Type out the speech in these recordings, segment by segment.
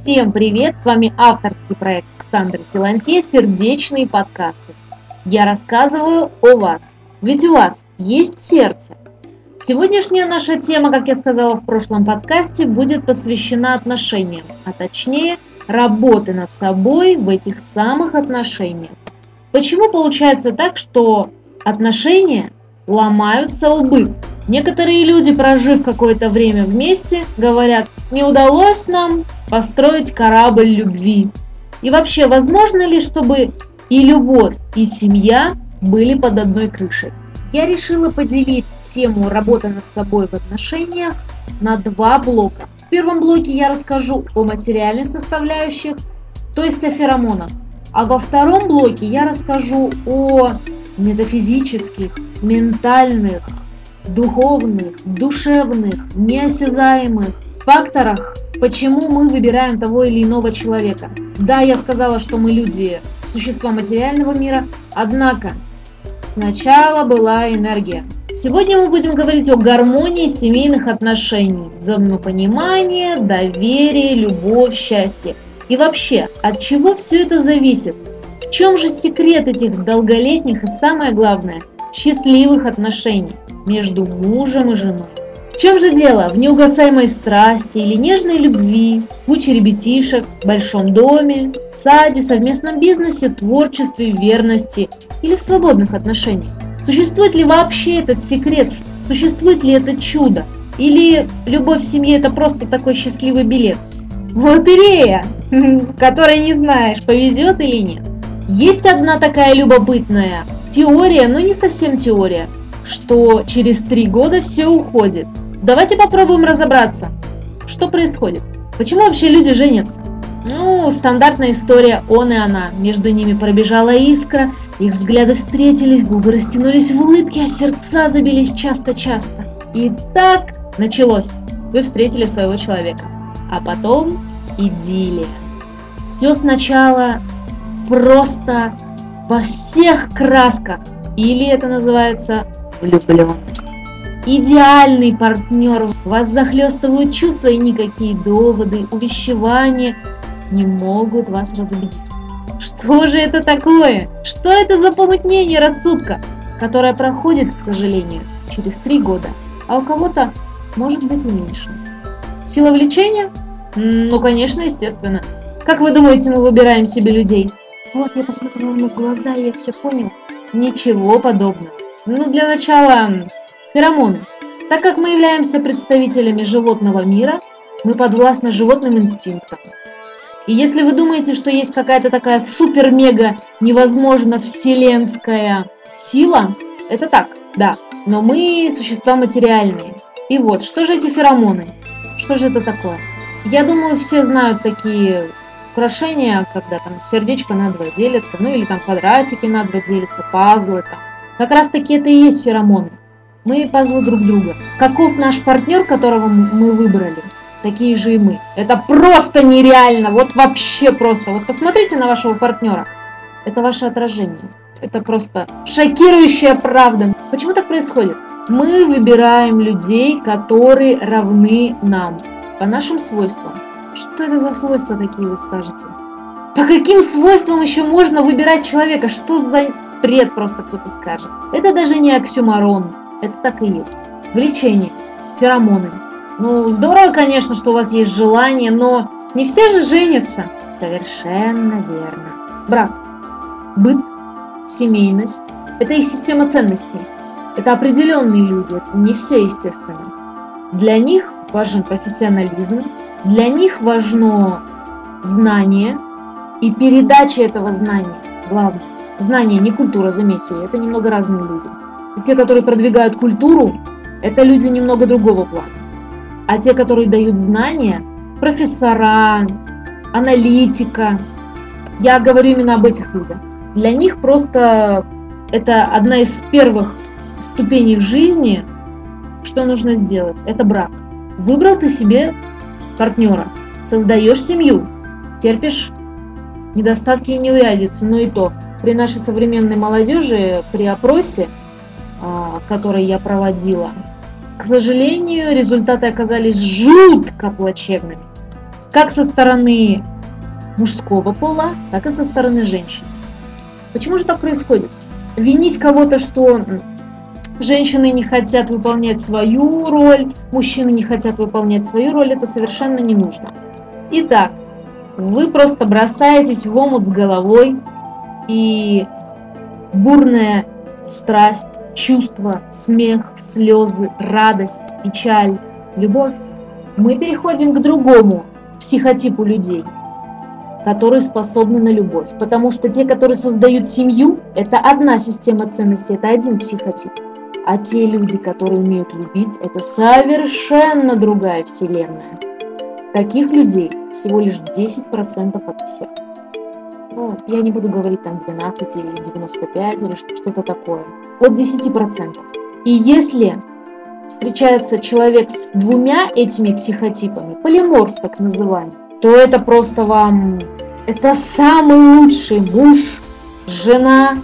Всем привет! С вами авторский проект Александры Силантье «Сердечные подкасты». Я рассказываю о вас, ведь у вас есть сердце. Сегодняшняя наша тема, как я сказала в прошлом подкасте, будет посвящена отношениям, а точнее работе над собой в этих самых отношениях. Почему получается так, что отношения ломаются лбы? Некоторые люди, прожив какое-то время вместе, говорят: не удалось нам построить корабль любви. И вообще, возможно ли, чтобы и любовь, и семья были под одной крышей? Я решила поделить тему работы над собой в отношениях на два блока. В первом блоке я расскажу о материальных составляющих, то есть о феромонах. А во втором блоке я расскажу о метафизических, ментальных, духовных, душевных, неосязаемых факторах, почему мы выбираем того или иного человека. Да, я сказала, что мы люди, существа материального мира, однако сначала была энергия. Сегодня мы будем говорить о гармонии семейных отношений, взаимопонимание, доверие, любовь, счастье. И вообще, от чего все это зависит? В чем же секрет этих долголетних и, самое главное, счастливых отношений между мужем и женой? В чем же дело? В неугасаемой страсти или нежной любви, куче ребятишек, большом доме, саде, совместном бизнесе, творчестве, верности или в свободных отношениях? Существует ли вообще этот секрет? Существует ли это чудо? Или любовь в семье – это просто такой счастливый билет? Лотерея, в которой не знаешь, повезет или нет. Есть одна такая любопытная теория, но не совсем теория, что через 3 года все уходит. Давайте попробуем разобраться, что происходит. Почему вообще люди женятся? Стандартная история, он и она. Между ними пробежала искра, их взгляды встретились, губы растянулись в улыбке, а сердца забились часто-часто. И так началось. Вы встретили своего человека. А потом идиллия. Все сначала просто во всех красках. Или это называется влюбленность. Идеальный партнер. Вас захлестывают чувства, и никакие доводы, увещевания не могут вас разубедить. Что же это такое? Что это за помутнение рассудка, которое проходит, к сожалению, через 3 года, а у кого-то может быть и меньше? Сила влечения? Конечно, естественно. Как вы думаете, мы выбираем себе людей? Вот я посмотрела ему в глаза, и я все понял. Ничего подобного. Для начала феромоны. Так как мы являемся представителями животного мира, мы подвластны животным инстинктам. И если вы думаете, что есть какая-то такая супер-мега невозможно вселенская сила, это так, да. Но мы существа материальные. И вот, что же эти феромоны? Что же это такое? Я думаю, все знают такие украшения, когда там сердечко надвое делится, или там квадратики надвое делятся, пазлы там. Как раз таки это и есть феромоны. Мы пазлы друг друга. Каков наш партнер, которого мы выбрали, такие же и мы. Это просто нереально, вот вообще просто. Вот посмотрите на вашего партнера. Это ваше отражение. Это просто шокирующая правда. Почему так происходит? Мы выбираем людей, которые равны нам, по нашим свойствам. Что это за свойства такие, вы скажете? По каким свойствам еще можно выбирать человека? Что за бред, просто кто-то скажет. Это даже не оксюморон. Это так и есть. Влечение, феромоны. Здорово, конечно, что у вас есть желание, но не все же женятся. Совершенно верно. Брак, быт, семейность – это их система ценностей. Это определенные люди, это не все, естественно. Для них важен профессионализм, для них важно знание и передача этого знания. Главное. Знание, не культура, заметьте, это немного разные люди. И те, которые продвигают культуру, это люди немного другого плана. А те, которые дают знания, профессора, аналитика, я говорю именно об этих людях. Для них просто это одна из первых ступеней в жизни, что нужно сделать. Это брак. Выбрал ты себе партнера, создаешь семью, терпишь недостатки и неурядицы, но и то. При нашей современной молодежи, при опросе, который я проводила, к сожалению, результаты оказались жутко плачевными. как со стороны мужского пола, так и со стороны женщин. Почему же так происходит? Винить кого-то, что женщины не хотят выполнять свою роль, мужчины не хотят выполнять свою роль, это совершенно не нужно. Итак, вы просто бросаетесь в омут с головой, и бурная страсть, чувства, смех, слезы, радость, печаль, любовь. Мы переходим к другому психотипу людей, которые способны на любовь. Потому что те, которые создают семью, это одна система ценностей, это один психотип. А те люди, которые умеют любить, это совершенно другая вселенная. Таких людей всего лишь 10% от всех. Ну, я не буду говорить там 12 или 95 или что-то такое. От 10%. И если встречается человек с двумя этими психотипами, полиморф так называемый, то это просто вам... Это самый лучший муж, жена,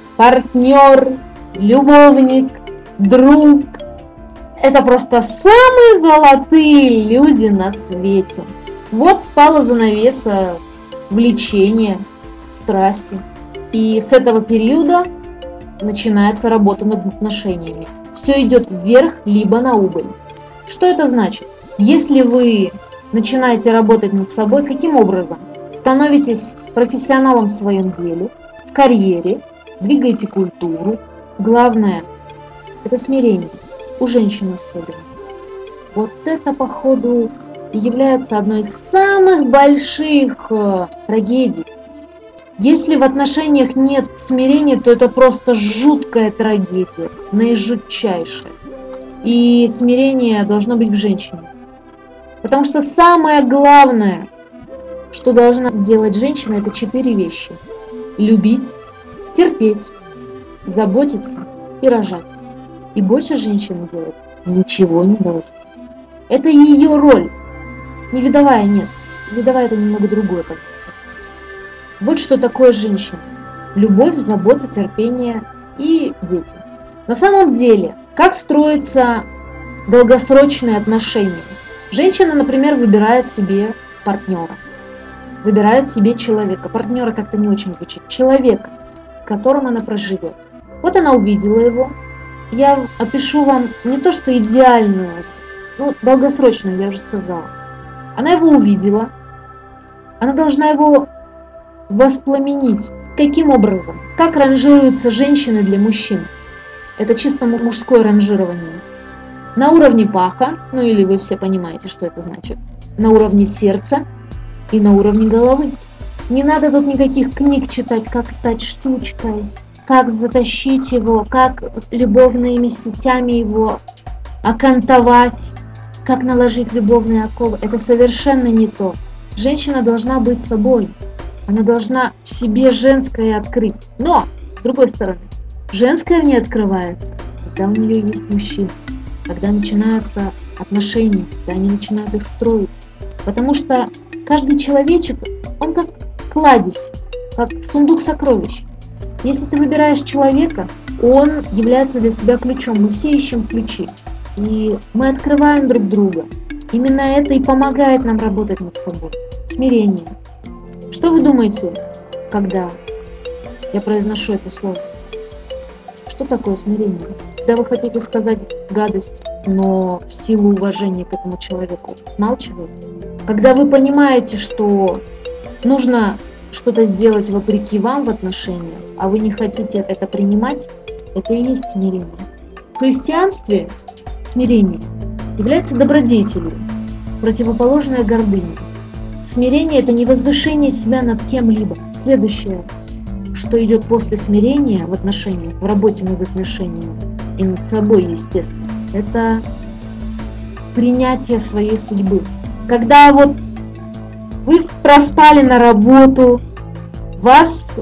партнер, любовник, друг. Это просто самые золотые люди на свете. Вот спала занавеса влечения, страсти. И с этого периода начинается работа над отношениями. Все идет вверх, либо на убыль. Что это значит? Если вы начинаете работать над собой, каким образом? Становитесь профессионалом в своем деле, в карьере, двигаете культуру. Главное – это смирение. У женщин особенно. Вот это, походу, и является одной из самых больших трагедий. Если в отношениях нет смирения, то это просто жуткая трагедия, наижутчайшая. И смирение должно быть в женщине. Потому что самое главное, что должна делать женщина, это 4 вещи. Любить, терпеть, заботиться и рожать. И больше женщина делать ничего не должна. Это ее роль. Не видовая, нет. Видовая это немного другое понятие. Вот что такое женщина. Любовь, забота, терпение и дети. На самом деле, как строятся долгосрочные отношения? Женщина, например, выбирает себе партнера, выбирает себе человека. Партнера как-то не очень звучит. Человека, с которым она проживет. Вот она увидела его. Я опишу вам не то, что идеальную, но долгосрочную, я уже сказала. Она его увидела. Она должна его воспламенить. Каким образом? Как ранжируются женщины для мужчин? Это чисто мужское ранжирование. На уровне паха, ну или вы все понимаете, что это значит, на уровне сердца и на уровне головы. Не надо тут никаких книг читать, как стать штучкой, как затащить его, как любовными сетями его окантовать, как наложить любовные оковы. Это совершенно не то. Женщина должна быть собой. Она должна в себе женское открыть. Но, с другой стороны, женское в ней открывается, когда у нее есть мужчина, когда начинаются отношения, когда они начинают их строить. Потому что каждый человечек, он как кладезь, как сундук сокровищ. Если ты выбираешь человека, он является для тебя ключом. Мы все ищем ключи. И мы открываем друг друга. Именно это и помогает нам работать над собой. Смирение. Что вы думаете, когда я произношу это слово? Что такое смирение? Когда вы хотите сказать гадость, но в силу уважения к этому человеку смалчиваете? Когда вы понимаете, что нужно что-то сделать вопреки вам в отношениях, а вы не хотите это принимать, это и есть смирение. В христианстве смирение является добродетелью, противоположное гордыне. Смирение – это не возвышение себя над кем-либо. Следующее, что идет после смирения в отношениях, в работе над отношениями и над собой, естественно, это принятие своей судьбы. Когда вот вы проспали на работу, вас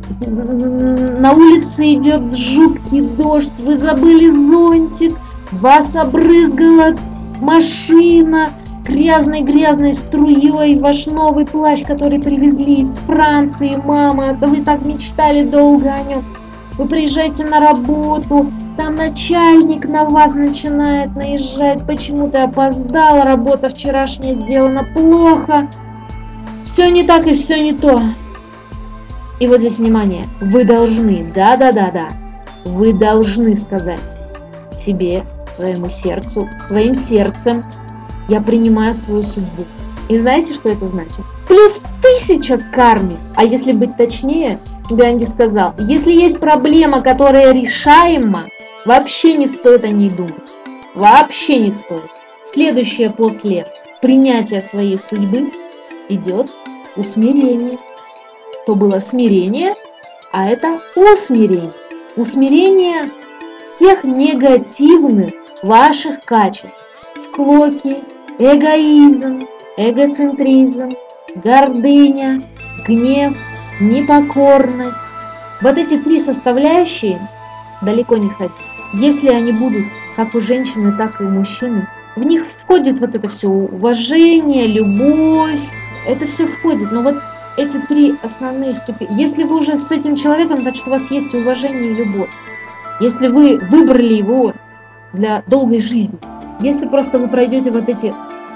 на улице идет жуткий дождь, вы забыли зонтик, вас обрызгала машина грязной струей, ваш новый плащ, который привезли из Франции, мама, да вы так мечтали долго о нем. Вы приезжаете на работу, Там начальник на вас начинает наезжать, почему ты опоздал, работа вчерашняя сделана плохо, все не так и все не то. И вот здесь внимание, вы должны, да, вы должны сказать себе, своему сердцу, своим сердцем: я принимаю свою судьбу. И знаете, что это значит? Плюс 1000 к карме. А если быть точнее, Ганди сказал: если есть проблема, которая решаема, вообще не стоит о ней думать. Вообще не стоит. Следующее после принятия своей судьбы идет усмирение. То было смирение, а это усмирение. Усмирение всех негативных ваших качеств. Склоки, эгоизм, эгоцентризм, гордыня, гнев, непокорность. Вот эти 3 составляющие далеко не ходить. Если они будут как у женщины, так и у мужчины, в них входит вот это все уважение, любовь, это все входит. Но вот эти 3 основные ступени. Если вы уже с этим человеком, значит, у вас есть и уважение, и любовь. Если вы выбрали его для долгой жизни, если просто вы пройдете вот эти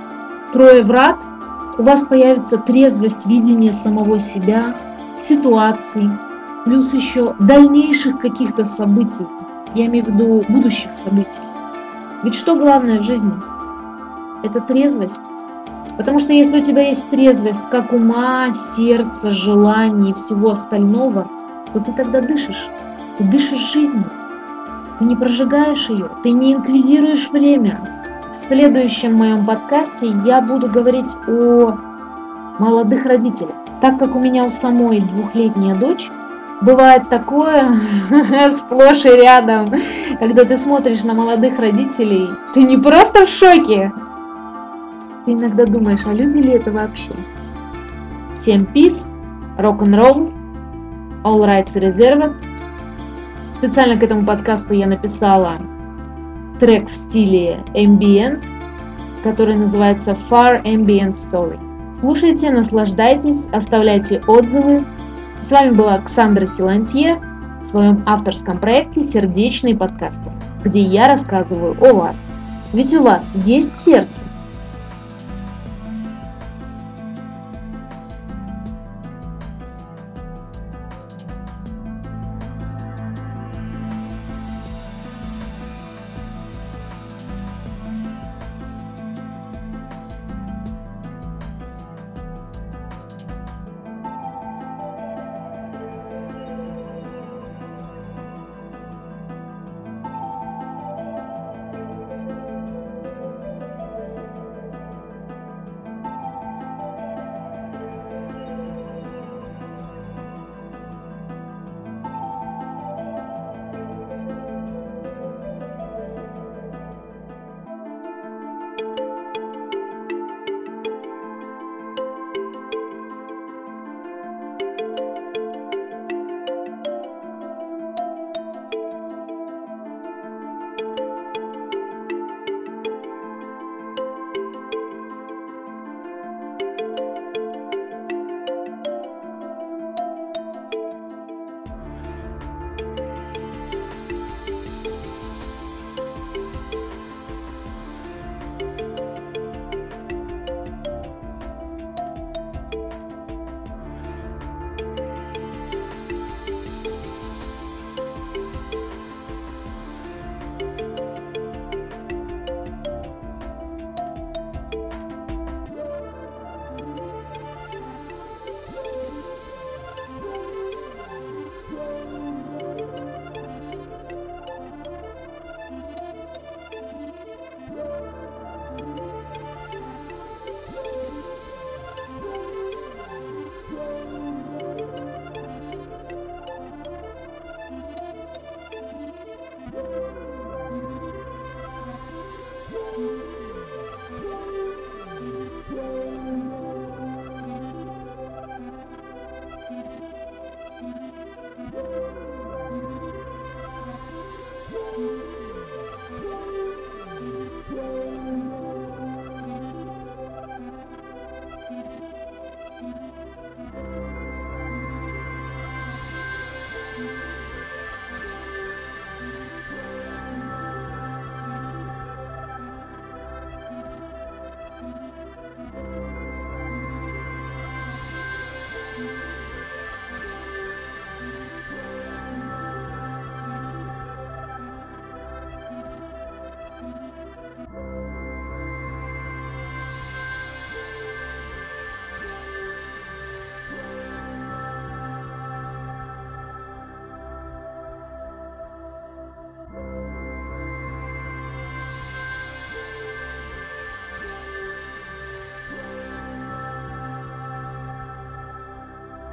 3 врат, у вас появится трезвость видения самого себя, ситуаций, плюс еще дальнейших каких-то событий. Я имею в виду будущих событий. Ведь что главное в жизни? Это трезвость. Потому что если у тебя есть трезвость как ума, сердца, желаний и всего остального, то ты тогда дышишь. Ты дышишь жизнью. Ты не прожигаешь ее, ты не инквизируешь время. В следующем моем подкасте я буду говорить о молодых родителях. Так как у меня у самой 2-летняя дочь, бывает такое сплошь и рядом, когда ты смотришь на молодых родителей, ты не просто в шоке, ты иногда думаешь, а люди ли это вообще? Всем peace, рок-н-ролл, all rights reserved. Специально к этому подкасту я написала трек в стиле ambient, который называется Far Ambient Story. Слушайте, наслаждайтесь, оставляйте отзывы. С вами была Оксандра Силантье в своем авторском проекте «Сердечные подкасты», где я рассказываю о вас. Ведь у вас есть сердце.